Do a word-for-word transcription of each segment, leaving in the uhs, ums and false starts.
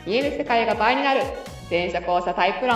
見える世界が倍になる電車交差タイプ論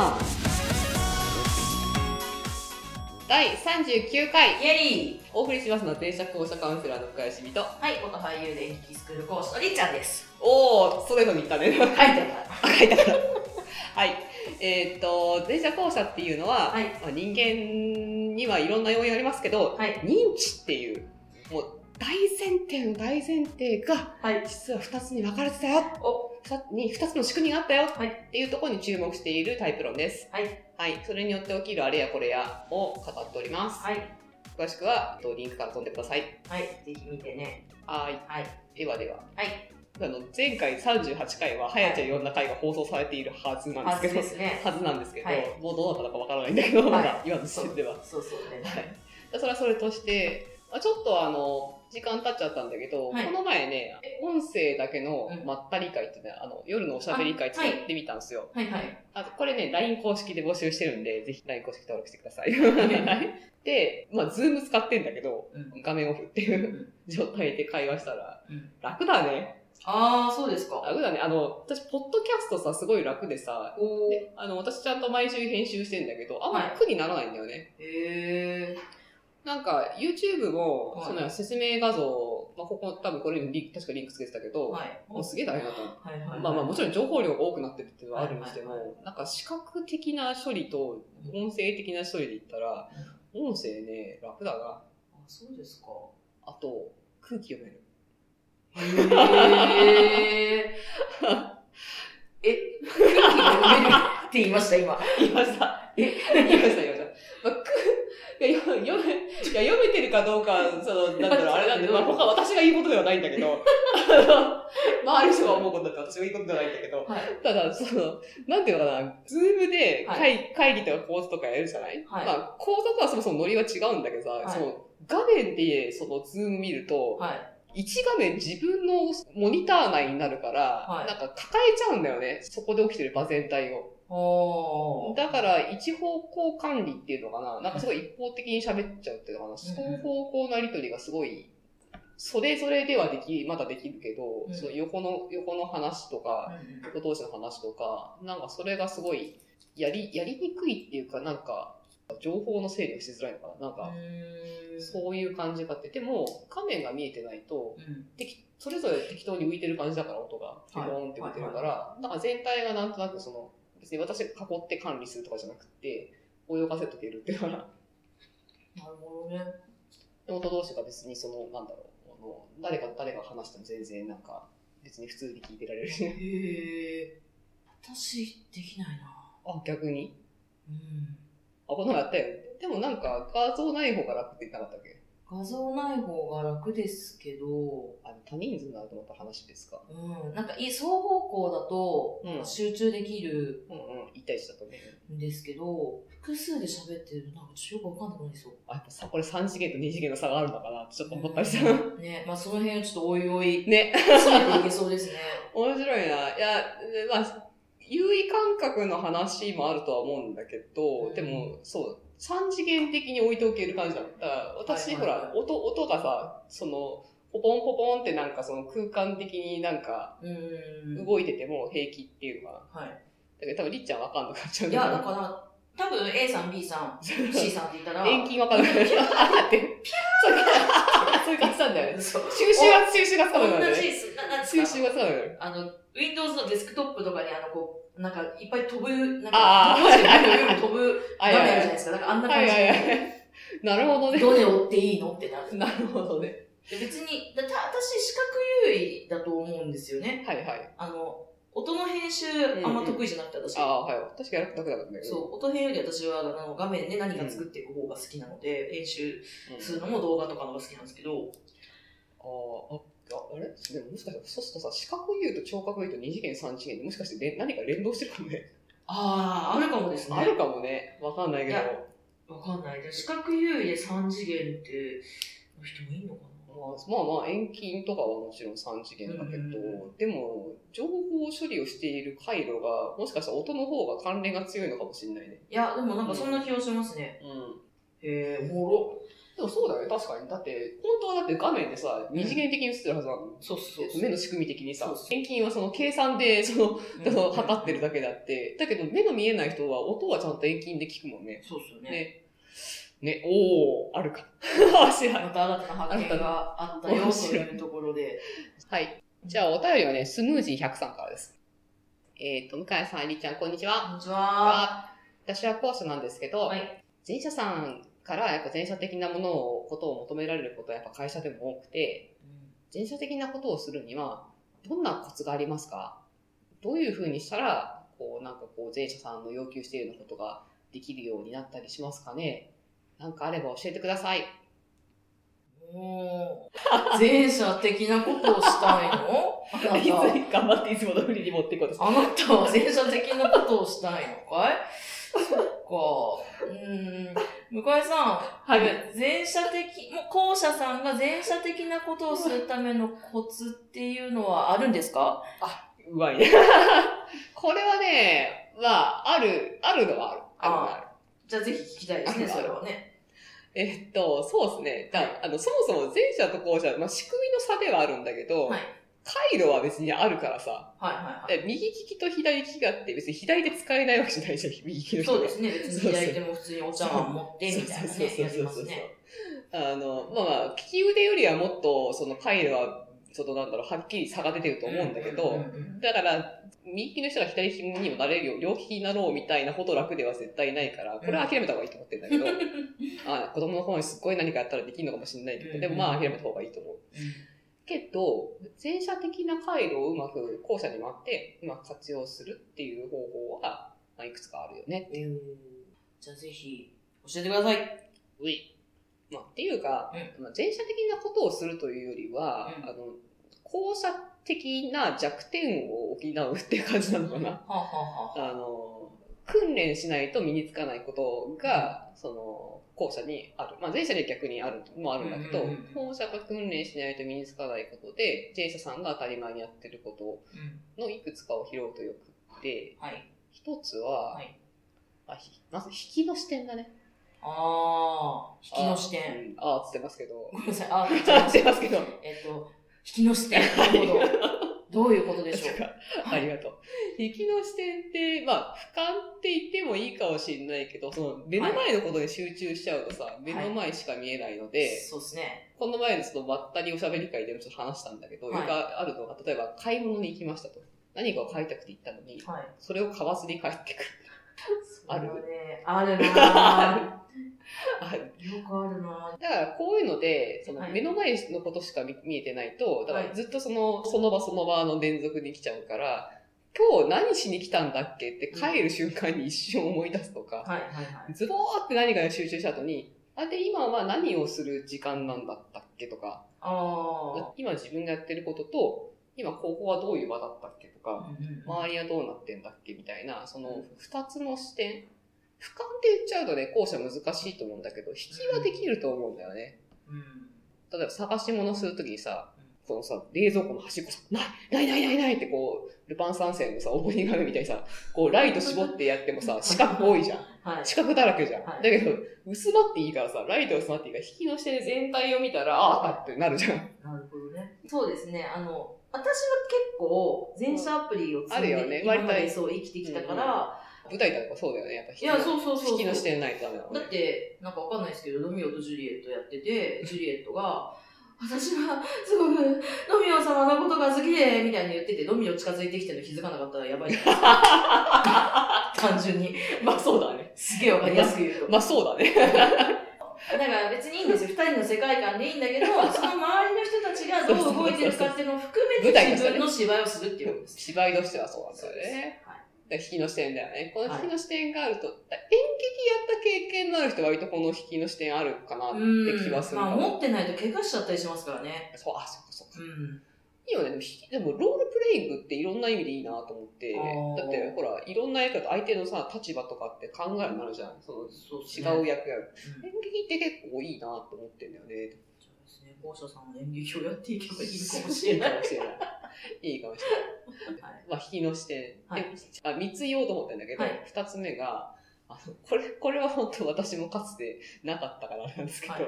だいさんじゅうきゅうかいイエリー。 お送りしますのは電車交差カウンセラーの深谷しみと、 はい、元俳優で演劇スクール講師のりっちゃんです。 おー、それぞれに言ったね。 書いてあるから書いてあるはい、えー、っと電車交差っていうのは、 はい、 まあ、人間にはいろんな要因ありますけど、はい、認知っていうもう大前提の大前提が、はい、実はふたつに分かれてたよ、おにふたつの仕組みがあったよ、はい、っていうところに注目しているタイプ論です。はい、はい、それによって起きるあれやこれやを語っております。はい、詳しくはリンクから飛んでください。 はい、ぜひ見てね。 はい、はい、ではでは。はい。あの前回さんじゅうはちかいははやちゃんいろんな回が放送されているはずなんですけど、はずですね。はずなんですけど、はい、もうどうなったのかわからないんだけど、はい、まだ今の時点では。そうそうね。はい。それはそれとして、まあ、ちょっとあの時間経っちゃったんだけど、はい、この前ね、音声だけのまったり会っていうのは、あの夜のおしゃべり会使ってみたんですよ。はいはい。あこれね、ライン 公式で募集してるんで、ぜひ ライン 公式登録してください。で、まあ、ズーム使ってんだけど、うん、画面オフっていう状態で会話したら、うん、楽だね。 ああ、そうですか。 楽だね。あの、私、ポッドキャストさ、すごい楽でさ、であの、私ちゃんと毎週編集してんだけど、あんまり苦にならないんだよね。はい、へー。なんか、YouTube も、はい、その説明画像、まあ、ここ多分これにリ確かリンクつけてたけど、はい、もうすげえ大変だと思う。はいはいはい、まあまあもちろん情報量が多くなってるっていうのはあるにしても、はいはいはい、なんか視覚的な処理と音声的な処理で言ったら、うん、音声ね、楽だな。あ、 そうですか。 あと、空気読める。 へー。え、空気読めるって言いました、今。 言いました。え、言いました、言いました。まあ、いや読め、いや読めてるかどうか、その、なんだろう、あれなんで、まあ、他私が言うことではないんだけど、周りの人が思うことだって私が言うことではないんだけど、はい、ただ、その、なんていうのかな、ズームで会、はい、会議とか講座とかやるじゃない、はい、まあ、講座とはそもそもノリは違うんだけどさ、はい、その、画面で、その、ズーム見ると、はい、一画面自分のモニター内になるから、はい、なんか抱えちゃうんだよね。そこで起きてる場全体を。だから一方向管理っていうのかな、なんかすごい一方的に喋っちゃうっていうのかな、双方向のやりとりがすごいそれぞれではできまだできるけど、うん、その横の横の話とか、うん、横同士の話とか、なんかそれがすごいやりやりにくいっていうか、なんか情報の整理がしづらいのかな、なんかそういう感じがあって、でも画面が見えてないと、うん、それぞれ適当に浮いてる感じだから、音がピローンって浮いてるから、はいはいはい、なんか全体がなんとなくその別に私が囲って管理するとかじゃなくて、泳がせとけるっていうから。なるほどね。 音同士が別にその、なんだろう、あの誰か誰が話しても全然なんか、別に普通に聞いてられるし。へえ。私、できないな。 あ、逆にうん。あ、この前やったよ。でもなんか、画像ない方が楽って言ってなかったっけ？ 画像ない方が楽ですけど、 あの多人数になるとまた話ですか？ うん。なんか、双方向だと、うん、集中できる。 うんうん。一対一だとね。 んですけど、複数で喋ってるとなんかちょっとよくわかんなくなりそう。 あ、やっぱさ、これさん次元とに次元の差があるのかなってちょっと思ったりした。 ね、まあその辺ちょっとおいおい、ね。詰めていけそうですね。 面白いな。いや、まあ、優位感覚の話もあるとは思うんだけど、うん、でも、そう、三次元的に置いておける感じだった。私、はいはいはい、ほら、音、音がさ、その、ポポンポポンってなんかその空間的になんか、動いてても平気っていうのかな。はい。だけど多分りっちゃんわかんなくなっちゃうんだけど。いや、だから、多分 A さん、B さん、C さんって言ったら。 遠近わかんない。ピャーって。そういう感じなんだよね。収集が、収集がつかないんだよね。同じ、なんですか収集がつかないんだよね。 あの、Windows のデスクトップとかにあの、こう、なんか、いっぱい飛ぶ、なんか、文字が飛ぶ画面あるじゃないですか。なんかあんな感じで。 なるほどね。 どれ追っていいのってなる。 なるほどね。 別に、だ私、視覚優位だと思うんですよね。はいはい。あの、音の編集あんま得意じゃなくて、私。 ああ、はい。確かに楽だったね。 そう、音編より私はあの画面で何か作っていく方が好きなので、編集するのも動画とかのが好きなんですけど。 ああ、あれでももしかしたら、そうするとさ、視覚優位と聴覚優位とに次元さん次元でもしかして何か連動してるかもね。 ああ、あるかもですね。 あるかもね。わかんないけど。 わかんない。視覚優位でさん次元っての人もいいのかな。 まあまあ、遠近とかはもちろんさん次元だけど、うん、でも、情報処理をしている回路が、もしかしたら音の方が関連が強いのかもしれないね。 いや、でもなんかそんな気がしますね。うん。へえ、おもろ。 でもそうだよね、確かに。だって、本当はだって画面でさ、二次元的に映ってるはずなの。 そうそうそう。 目の仕組み的にさ、 そうそう遠近はその計算で、その、うん、測ってるだけであって、だけど目の見えない人は音はちゃんと遠近で聞くもんね。 そうそうね。 ね。ね、おー、あるか。知らん。 また新たな発見があったよというところで。 はい。じゃあ、お便りはね、スムージーひゃくさんからです。えっ、ー、と、向井さん、りっちゃん、こんにちは。 こんにちは。 私は講師なんですけど、 はい、 前者さんからやっぱ前者的なものを、ことを求められることはやっぱ会社でも多くて、うん、前者的なことをするには、どんなコツがありますか？どういうふうにしたら、こう、なんかこう、前者さんの要求しているようなことができるようになったりしますかね？なんかあれば教えてください。 おー。前者的なことをしたいの？あなた。 頑張っていつもの振りに持っていこうと。 あなたは前者的なことをしたいのかい？そっか。うーん。向井さん。はい。前者的、もう後者さんが前者的なことをするためのコツっていうのはあるんですか？ あ、うまいね。これはね、まあ、ある、あるのはある。あるのはある。 じゃあぜひ聞きたいですね、それはね。 えっと、そうですね。だ、はい、あの、そもそも前者と後者、まあ、仕組みの差ではあるんだけど、はい、回路は別にあるからさ。 はいはいはい。 右利きと左利きがあって、別に左で使えないわけじゃないじゃん、右利きの人が。 そうですね。別に左手も普通にお茶碗持って、みたいなね。そうそうそうそう。 あの、まあまあ、利き腕よりはもっと、その回路は、そのなんだろう、はっきり差が出てると思うんだけど、だから、右利きの人が左利きにもなれるよ、両利きになろうみたいなほど楽では絶対ないから、これは諦めた方がいいと思ってるんだけど、あ子供の頃にすっごい何かやったらできるのかもしれないけど、でもまあ諦めた方がいいと思う。けど、前者的な回路をうまく後者に回ってうまく活用するっていう方法は、まあ、いくつかあるよねっていう。 じゃあぜひ教えてください。 うい。まあ、っていうか、うん、まあ、前者的なことをするというよりは、うん、あの後者的な弱点を補うっていう感じなのかな。はあはあはあ、あの訓練しないと身につかないことが、うん、その後者にある。まあ前者には逆にあるもあるんだけど、うんうんうん、後者が訓練しないと身につかないことで、前者さんが当たり前にやってることのいくつかを拾うとよくて、うん、はい、一つは、はい、あまず引きの視点だね。 ああ、引きの視点。 ああ、つってますけど。 ごめんなさい、ああ、 つってますけど。 えっと、引きの視点。なるほど。どういうことでしょうか。 ありがとう。引きの視点って、まあ、俯瞰って言ってもいいかもしれないけど、その目の前のことで集中しちゃうとさ、はい、目の前しか見えないので、はい、 そうですね。 この前のそのばったりおしゃべり会でもちょっと話したんだけど、はい、よくあるのが、例えば買い物に行きましたと。何かを買いたくて行ったのに、はい、それを買わずに帰ってくる。 あるね。あるなぁ。ある。よくあるなぁ。 だからこういうので、その目の前のことしか 見,、はい、見えてないと、だからずっとその、その場その場の連続に来ちゃうから、今日何しに来たんだっけって帰る瞬間に一瞬思い出すとか、はいはいはい、ズボーって何かに集中した後に、あ、で、今は何をする時間なんだったっけとか、あ今自分がやってることと、今ここはどういう場だったっけとか、うんうんうん、周りはどうなってんだっけみたいな、その二つの視点、俯瞰って言っちゃうとね、後者難しいと思うんだけど、引きはできると思うんだよね。うん、例えば探し物するときにさ、このさ、冷蔵庫の端っこさ、ないないないないないってこう、ルパン三世のさ、オープニング画面みたいにさ、こう、ライト絞ってやってもさ、四角多いじゃん。はい、四角だらけじゃん。はい、だけど、薄まっていいからさ、ライト薄まっていいから、引きの視点で全体を見たら、ああってなるじゃん。 なるほどね。そうですね。あの、私は結構、前者アプリを積んで、うん、今までそう生きてきたから、 うん、舞台とかそうだよね、やっぱ引きの。 いや、そうそうそうそう。 引きの視点ないとダメだもんね。 だって、なんかわかんないですけど、ロミオとジュリエットやってて、ジュリエットが、私はすごくロミオ様のことが好きでみたいに言ってて、ロミオ近づいてきてるの気づかなかったらやばいじゃないですか。単純に。 まあそうだね。 すげえわかりやすく言うと。 まあ、まあそうだね。 だから別にいいんですよ。二人の世界観でいいんだけど、その周りの人たちがどう動いてるかっていうのを含めて自分の芝居をするっていうことです。 芝居としてはそうなんだよね。引きの視点だよね。この引きの視点があると、はい、演劇やった経験のある人は割とこの引きの視点あるかなって気はする。 まあ持ってないと怪我しちゃったりしますからね。 そう、あ、そうかそうか。うん、いいよね。でも、でもロールプレイングっていろんな意味でいいなと思って、だってほら、いろんな役だと相手のさ、立場とかって考えるようになるじゃん。その、そう違う役やる、うん。演劇って結構いいなと思ってんだよね。 後者さんは演劇をやっていけばいいかもしれない。いいかもしれない。 いいかもしれない。はい、まあ、引きの視点。はい、あみっつ言おうと思ってんだけど、はい、ふたつめが、あの、これ、これは本当私もかつてなかったからなんですけど、はい、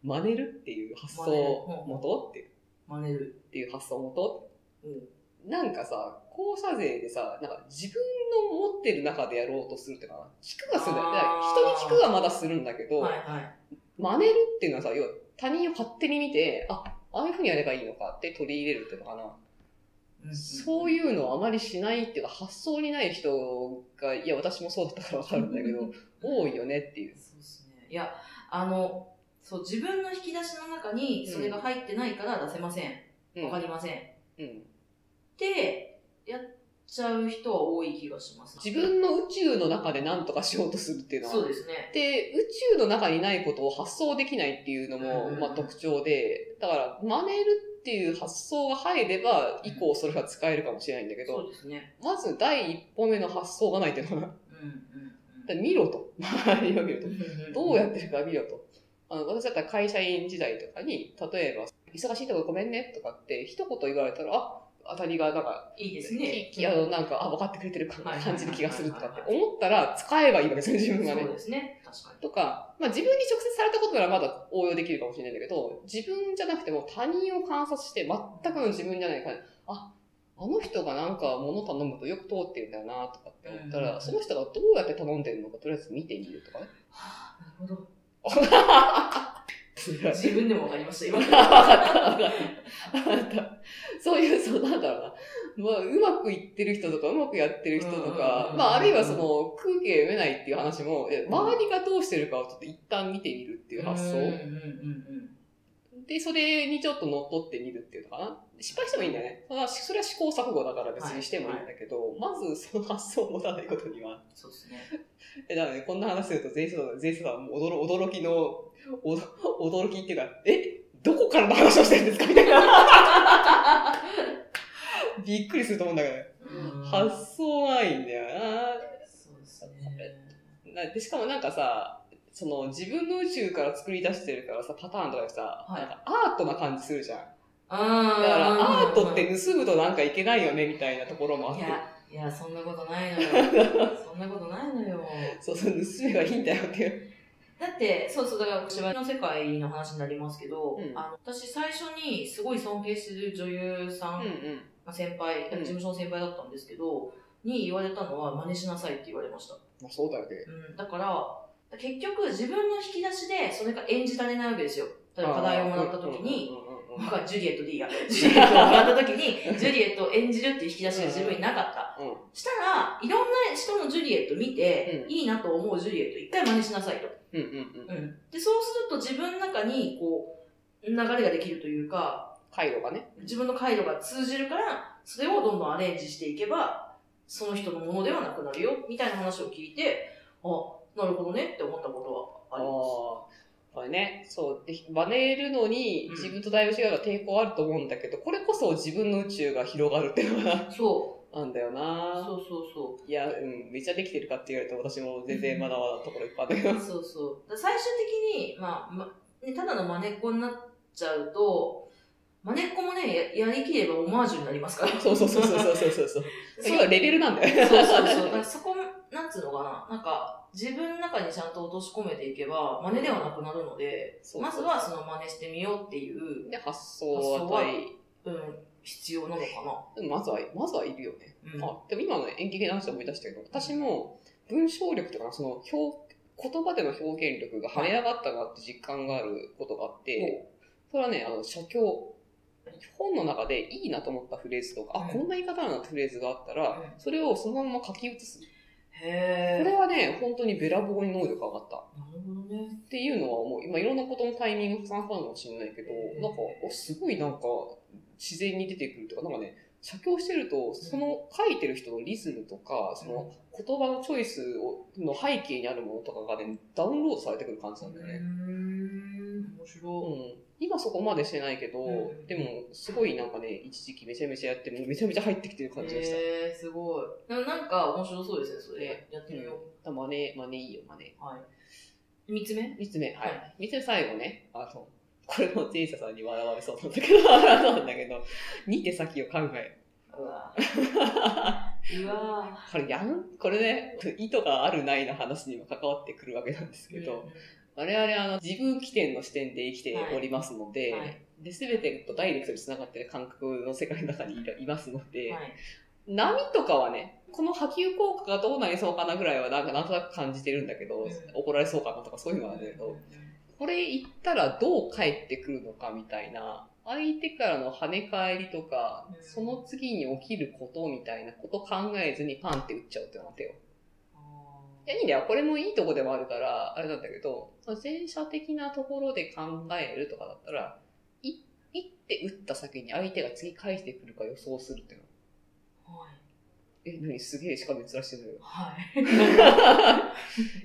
真似るっていう発想元っていう。 真似る。 っていう発想元、 うん、 なんかさ、校舎税でさ、なんか自分の持ってる中でやろうとするっていうかな。聞くはするんだよ。人に聞くはまだするんだけど、 はいはい、 真似るっていうのはさ、要は他人を勝手に見て、あ、ああいう風にやればいいのかって取り入れるっていうのかな。うんうん、そういうのをあまりしないっていうか、発想にない人が、いや、私もそうだったからわかるんだけど、多いよねっていう。 そうですね。いや、あの、そう、自分の引き出しの中にそれが入ってないから出せません。わ、うん、かりません。うん。ってやっちゃう人は多い気がします。 自分の宇宙の中で何とかしようとするっていうのは。 そうですね。 で、宇宙の中にないことを発想できないっていうのも、まあ特徴で、だから真似るっていう発想が入れば、以降それが使えるかもしれないんだけど、 そうですね。 まず第一歩目の発想がないっていうのは、うんうんうん、見ろと。周りを見ると。どうやってるか見ろと。あの、私だったら会社員時代とかに、例えば、忙しいところごめんねとかって一言言われたら、あ、当たりがなんか、 いいですね。 き、あの、なんか、あ、分かってくれてる感じる気がするとかって思ったら、使えばいいわけですね、自分がね。 そうですね。確かに。 とか、まあ自分に直接されたことならまだ応用できるかもしれないんだけど、自分じゃなくても他人を観察して、全くの自分じゃないから、あ、あの人がなんか物頼むとよく通ってるんだよなとかって思ったら、うんうん、その人がどうやって頼んでるのかとりあえず見てみるとかね。 はぁ、なるほど。自分でもわかりました、今。 そういう、そうなんだろうな。まあ、うまくいってる人とか、うまくやってる人とか、まあ、あるいはその、空気が読めないっていう話も、周りがどうしてるかをちょっと一旦見てみるっていう発想。で、それにちょっと乗っ取ってみるっていうのかな。失敗してもいいんだよね。それは試行錯誤だから別にしてもいいんだけど、はいはい、まずその発想を持たないことには。 そうですね。 え、だからね、こんな話すると、全員さん、全員さん、驚、驚きの、驚きっていうか、え、どこからの話をしてるんですかみたいな。びっくりすると思うんだけど、発想ないんだよな。 そうですね。 で、しかもなんかさ、その自分の宇宙から作り出してるからさ、パターンとかでさ、はい、なんかアートな感じするじゃん。あだからアートって盗むとなんかいけないよねみたいなところもあって。 いや、いや、そんなことないのよ。そんなことないのよ。 そうそう、盗めばいいんだよっていう。 だって、そうそう、だから芝居の世界の話になりますけど、うん、あの私最初にすごい尊敬してる女優さん、うんうん、先輩、事務所の先輩だったんですけど、に言われたのは真似しなさいって言われました。 まあそうだよね。 うん、だから、結局自分の引き出しでそれが演じられないわけですよ。例えば課題をもらった時に、ジュリエットでいいや。ジュリエットをもらった時に、ジュリエットを演じるっていう引き出しが自分になかった。うん、したら、いろんな人のジュリエット見て、うん、いいなと思うジュリエット一回真似しなさいと。うんうんうんうん、で、そうすると自分の中に、こう、流れができるというか、 回路がね。 自分の回路が通じるから、それをどんどんアレンジしていけば、その人のものではなくなるよ、みたいな話を聞いて、あ、なるほどねって思ったことはあります。 これね、そう。で、真似るのに自分とだいぶ違うから抵抗あると思うんだけど、うん、これこそ自分の宇宙が広がるっていうのが、そう。なんだよな。 そうそうそう。 いや、うん、めっちゃできてるかって言われて私も全然まだまだところいっぱいだけど。 そうそう。最終的に、まあ、ま、ただの真似っこになっちゃうと、真似っこもね、や、やりきればオマージュになりますから。 そうそうそうそうそうそうそう。そういうレベルなんだよ。 そうそうそう。だからそこ、なんつうのかな。なんか、自分の中にちゃんと落とし込めていけば、真似ではなくなるので、そうそうそうまずはその真似してみようっていう。 で、発想は、 うん、必要なのかな。 まずは、まずはいるよね。うん、あでも今の演劇の話で思い出したけど、私も文章力とか、その表、言葉での表現力が跳ね上がったなって実感があることがあって、それはね、あの、写経。本の中でいいなと思ったフレーズとか、うん、あ、こんな言い方なフレーズがあったら、うん、それをそのまま書き写す。へー。これはね、本当にべらぼうに能力上がった。 なるほどね。 っていうのは思う。今いろんなことのタイミングが重なったのかもしれないけど、なんか、すごいなんか、自然に出てくるとか、なんかね、写経してると、その書いてる人のリズムとか、その言葉のチョイスの背景にあるものとかがね、ダウンロードされてくる感じなんだよね。うーん、面白い。 うん。今そこまでしてないけど、うん、でも、すごいなんかね、一時期めちゃめちゃやって、めちゃめちゃ入ってきてる感じがした。 へー、すごい。なんか面白そうですね、それ。やってみよう。 うん、真似、真似いいよ、真似。 はい。三つ目三つ目、はい。三、はい、つ目最後ね、あの、これも前者さんに笑われそうなんだけど、そうなんだけど、二手先を考え。 うわうわこれやんこれね、意図があるないの話にも関わってくるわけなんですけど、 我々あの自分起点の視点で生きておりますので、 はいはい、 で全てとダイレクトに繋がっている感覚の世界の中にいますので、 はい、 波とかはね、この波及効果がどうなりそうかなぐらいはなんかなんとなく感じてるんだけど、うん、怒られそうかなとかそういうのはあるんだけど、うん、これ言ったらどう返ってくるのかみたいな、相手からの跳ね返りとか、うん、その次に起きることみたいなこと考えずにパンって打っちゃうっていうのが手よ。いや、いいんだよ。これもいいとこでもあるから、あれなんだけど、前者的なところで考えるとかだったら、い、いって打った先に相手が次返してくるか予想するっていうの。はい。え、何すげえしかめずらしてるのよ。 はい。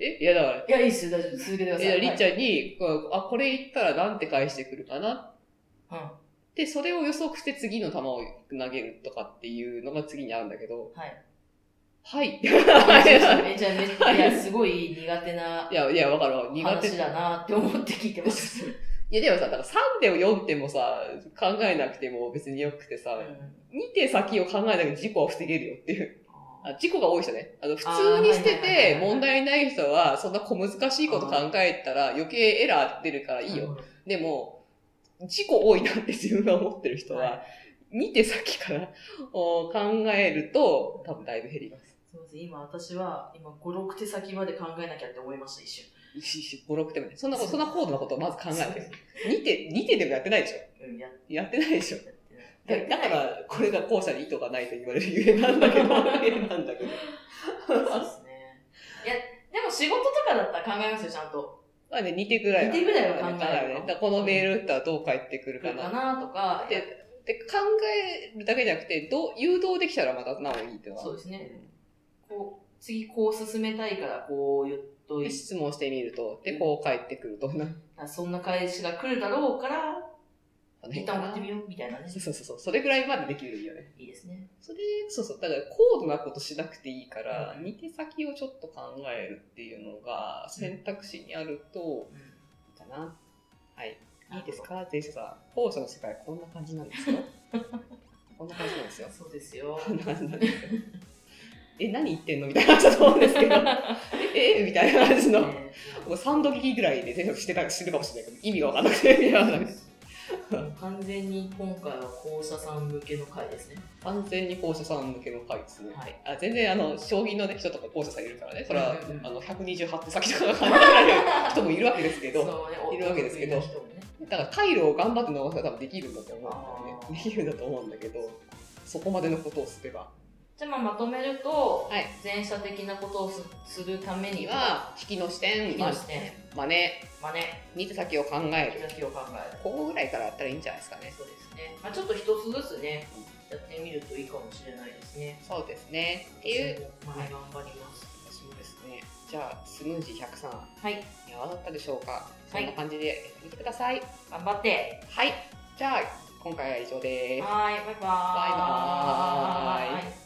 え、いやだから。 いや、いいっすよ。大丈夫。続けてください。いや、 りっちゃんに、はい、あ、これ言ったらなんて返してくるかな。うん。で、それを予測して次の球を投げるとかっていうのが次にあるんだけど。はい。はい。 めちゃめちゃ、いや、すごい苦手な。 いや、いや、わかるわ。苦手話だなって思って聞いてます。 いや、でもさ、だからさんてもよんてもさ、考えなくても別によくてさ、うん、にて先を考えなくて事故は防げるよっていう。あ、事故が多い人ね。あの、普通に捨てて問題ない人は、そんな小難しいこと考えたら余計エラー出るからいいよ。でも、事故多いなって自分が思ってる人は、はい、にて先から考えると、多分だいぶ減ります。 そうです。今私は、今ご、ろくて先まで考えなきゃって思いました、一瞬。 一瞬、ご、ろくてもね。そんな、そんな高度なことをまず考えて。にて、にてでもやってないでしょ。うん、や, やってないでしょ。だ, だから、これが後者に意図がないと言われるゆえなんだけど、ゆえなんだけど。 そうですね。いや、でも仕事とかだったら考えますよ、ちゃんと。 まあね、にてぐらいは。 にてぐらいは考える。 ね、だこのメール打ったらどう返ってくるかな。 かなとか。 で、で考えるだけじゃなくて、どう誘導できたらまたなおいいっていうのは。 そうですね。こう、次こう進めたいからこう言っといて。 質問してみると、で、こう返ってくると。 そんな返しが来るだろうから、一旦送ってみようみたいなね。 そうそうそう。それぐらいまでできるよね。 いいですね。 それ、そうそう。だから高度なことしなくていいから、うん、にて先をちょっと考えるっていうのが選択肢にあると、いいかな。はい。いいですか前者さん。後者の世界はこんな感じなんですよ。こんな感じなんですよ。 そうですよ。 こんな感じなんですよ。え、何言ってんのみたいな話だと思うんですけど。えみたいな感じの。もうさんど聞きぐらいで転職してた、してるかもしれないけど、意味がわかんなくて、みたいな。 完全に今回は校舎さん向けの回ですね。 完全に校舎さん向けの回ですね。はい、あ全然あの将棋の、ね、人とか校舎さんいるからね、それは、うんうん、あのひゃくにじゅうはち手先とかが考えられる人もいるわけですけど、ね、いるわけですけど、ね、だから回路を頑張って伸ばすのは多分できるんだと思うんだよね。できるんだと思うんだけど、そこまでのことをすれば。 じゃあまあまとめると、はい、前者的なことを す, するためには、 引きの視点、 引きの視点、 真似、 真似、 に手先を考える。 に手先を考える。 ここぐらいからやったらいいんじゃないですかね。 そうですね。まあちょっと一つずつね、うん、やってみるといいかもしれないですね。 そうですね。っていう。 前頑張ります。 私もですね。じゃあ、スムージーひゃくさん。 はい。 いかがだったでしょうか。そんな感じでやってみてください。 頑張って。 はい。じゃあ、今回は以上です。 はい。バイバーイ。 バイバーイ。